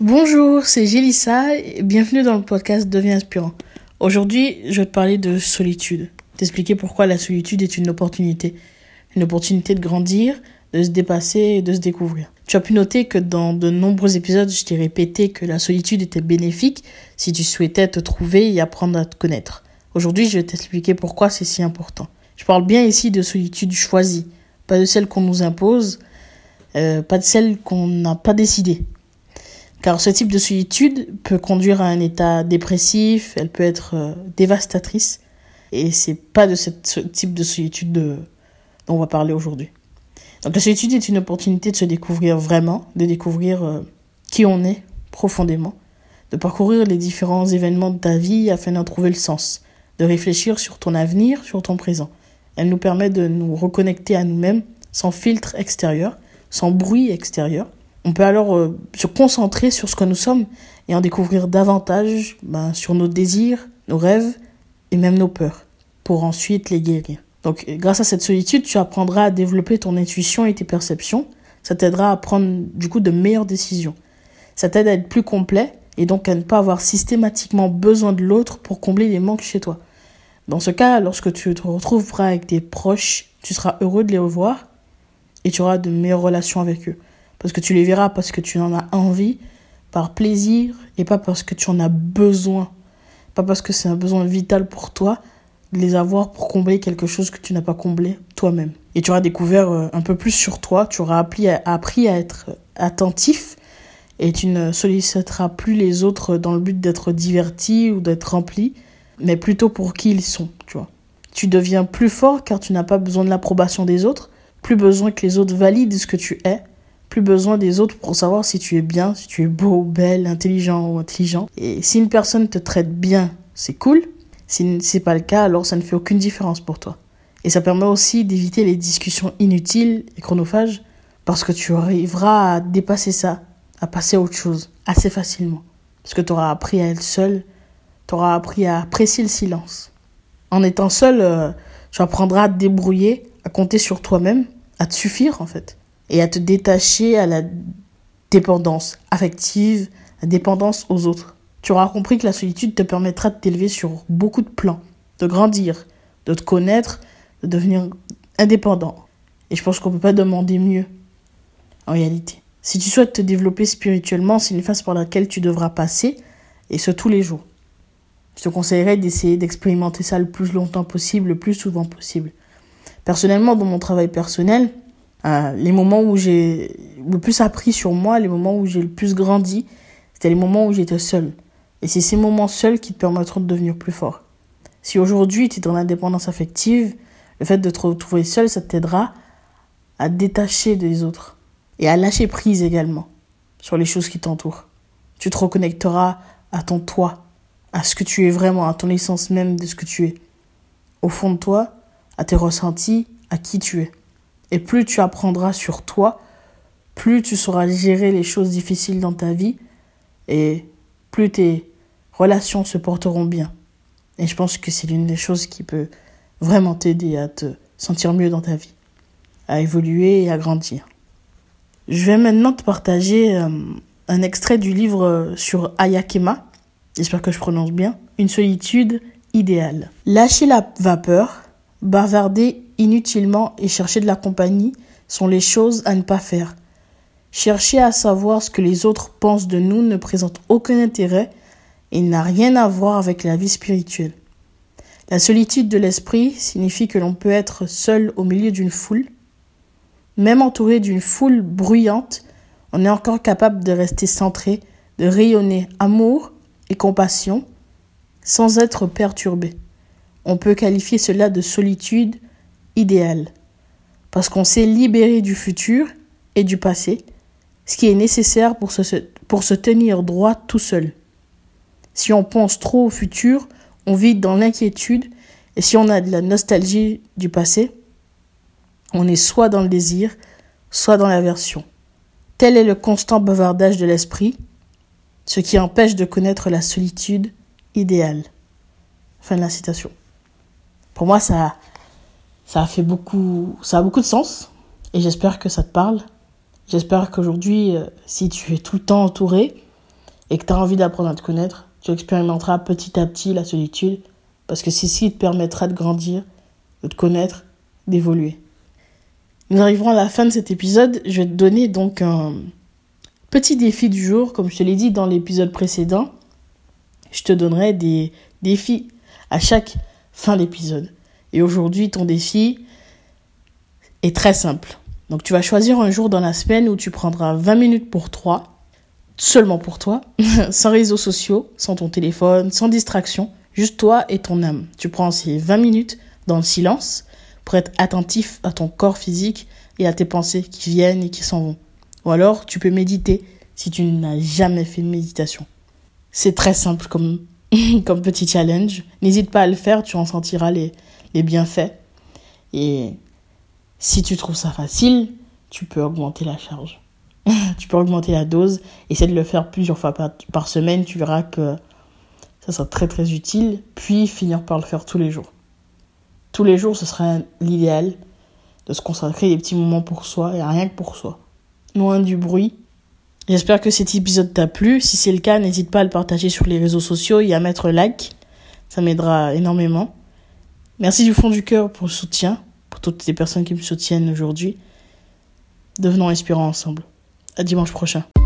Bonjour, c'est Gélissa et bienvenue dans le podcast Deviens inspirant. Aujourd'hui, je vais te parler de solitude, t'expliquer pourquoi la solitude est une opportunité de grandir, de se dépasser et de se découvrir. Tu as pu noter que dans de nombreux épisodes, je t'ai répété que la solitude était bénéfique si tu souhaitais te trouver et apprendre à te connaître. Aujourd'hui, je vais t'expliquer pourquoi c'est si important. Je parle bien ici de solitude choisie, pas de celle qu'on nous impose, pas de celle qu'on n'a pas décidée. Car ce type de solitude peut conduire à un état dépressif, elle peut être dévastatrice. Et c'est pas de ce type de solitude dont on va parler aujourd'hui. Donc la solitude est une opportunité de se découvrir vraiment, de découvrir qui on est profondément, de parcourir les différents événements de ta vie afin d'en trouver le sens, de réfléchir sur ton avenir, sur ton présent. Elle nous permet de nous reconnecter à nous-mêmes sans filtre extérieur, sans bruit extérieur. On peut alors se concentrer sur ce que nous sommes et en découvrir davantage sur nos désirs, nos rêves et même nos peurs, pour ensuite les guérir. Donc grâce à cette solitude, tu apprendras à développer ton intuition et tes perceptions. Ça t'aidera à prendre du coup de meilleures décisions. Ça t'aide à être plus complet et donc à ne pas avoir systématiquement besoin de l'autre pour combler les manques chez toi. Dans ce cas, lorsque tu te retrouveras avec tes proches, tu seras heureux de les revoir et tu auras de meilleures relations avec eux. Parce que tu les verras parce que tu en as envie, par plaisir, et pas parce que tu en as besoin. Pas parce que c'est un besoin vital pour toi de les avoir pour combler quelque chose que tu n'as pas comblé toi-même. Et tu auras découvert un peu plus sur toi, tu auras appris à être attentif, et tu ne solliciteras plus les autres dans le but d'être diverti ou d'être rempli, mais plutôt pour qui ils sont, tu vois. Tu deviens plus fort car tu n'as pas besoin de l'approbation des autres, plus besoin que les autres valident ce que tu es, plus besoin des autres pour savoir si tu es bien, si tu es beau, belle, intelligent ou intelligent. Et si une personne te traite bien, c'est cool. Si ce n'est pas le cas, alors ça ne fait aucune différence pour toi. Et ça permet aussi d'éviter les discussions inutiles et chronophages parce que tu arriveras à dépasser ça, à passer à autre chose assez facilement. Parce que tu auras appris à être seul, tu auras appris à apprécier le silence. En étant seul, tu apprendras à te débrouiller, à compter sur toi-même, à te suffire en fait. Et à te détacher à la dépendance affective, la dépendance aux autres. Tu auras compris que la solitude te permettra de t'élever sur beaucoup de plans, de grandir, de te connaître, de devenir indépendant. Et je pense qu'on ne peut pas demander mieux, en réalité. Si tu souhaites te développer spirituellement, c'est une phase par laquelle tu devras passer, et ce tous les jours. Je te conseillerais d'essayer d'expérimenter ça le plus longtemps possible, le plus souvent possible. Personnellement, dans mon travail personnel, les moments où j'ai le plus appris sur moi, les moments où j'ai le plus grandi, c'était les moments où j'étais seule. Et c'est ces moments seuls qui te permettront de devenir plus fort. Si aujourd'hui tu es dans l'indépendance affective, le fait de te retrouver seule, ça t'aidera à te détacher des autres. Et à lâcher prise également sur les choses qui t'entourent. Tu te reconnecteras à ton toi, à ce que tu es vraiment, à ton essence même de ce que tu es. Au fond de toi, à tes ressentis, à qui tu es. Et plus tu apprendras sur toi, plus tu sauras gérer les choses difficiles dans ta vie et plus tes relations se porteront bien. Et je pense que c'est l'une des choses qui peut vraiment t'aider à te sentir mieux dans ta vie, à évoluer et à grandir. Je vais maintenant te partager un extrait du livre sur Ayakema, j'espère que je prononce bien, Une solitude idéale. Lâcher la vapeur, bavarder inutilement et chercher de la compagnie sont les choses à ne pas faire. Chercher à savoir ce que les autres pensent de nous ne présente aucun intérêt et n'a rien à voir avec la vie spirituelle. La solitude de l'esprit signifie que l'on peut être seul au milieu d'une foule. Même entouré d'une foule bruyante, on est encore capable de rester centré, de rayonner amour et compassion sans être perturbé. On peut qualifier cela de solitude idéale, parce qu'on s'est libéré du futur et du passé, ce qui est nécessaire pour se tenir droit tout seul. Si on pense trop au futur, on vit dans l'inquiétude, et si on a de la nostalgie du passé, on est soit dans le désir, soit dans l'aversion. Tel est le constant bavardage de l'esprit, ce qui empêche de connaître la solitude idéale. Fin de la citation. Pour moi, ça a beaucoup de sens et j'espère que ça te parle. J'espère qu'aujourd'hui, si tu es tout le temps entouré, et que tu as envie d'apprendre à te connaître, tu expérimenteras petit à petit la solitude parce que c'est ce qui te permettra de grandir, de te connaître, d'évoluer. Nous arriverons à la fin de cet épisode. Je vais te donner donc un petit défi du jour. Comme je te l'ai dit dans l'épisode précédent, je te donnerai des défis à chaque fin d'épisode. Et aujourd'hui, ton défi est très simple. Donc tu vas choisir un jour dans la semaine où tu prendras 20 minutes pour toi, seulement pour toi, sans réseaux sociaux, sans ton téléphone, sans distraction, juste toi et ton âme. Tu prends ces 20 minutes dans le silence pour être attentif à ton corps physique et à tes pensées qui viennent et qui s'en vont. Ou alors, tu peux méditer si tu n'as jamais fait de méditation. C'est très simple comme petit challenge. N'hésite pas à le faire, tu en sentiras les bienfaits. Et si tu trouves ça facile, tu peux augmenter la charge. Tu peux augmenter la dose. Essaie de le faire plusieurs fois par semaine. Tu verras que ça sera très très utile. Puis finir par le faire tous les jours. Tous les jours, ce serait l'idéal de se consacrer des petits moments pour soi et rien que pour soi. Loin du bruit. J'espère que cet épisode t'a plu. Si c'est le cas, n'hésite pas à le partager sur les réseaux sociaux et à mettre like. Ça m'aidera énormément. Merci du fond du cœur pour le soutien, pour toutes les personnes qui me soutiennent aujourd'hui. Devenons inspirants ensemble. À dimanche prochain.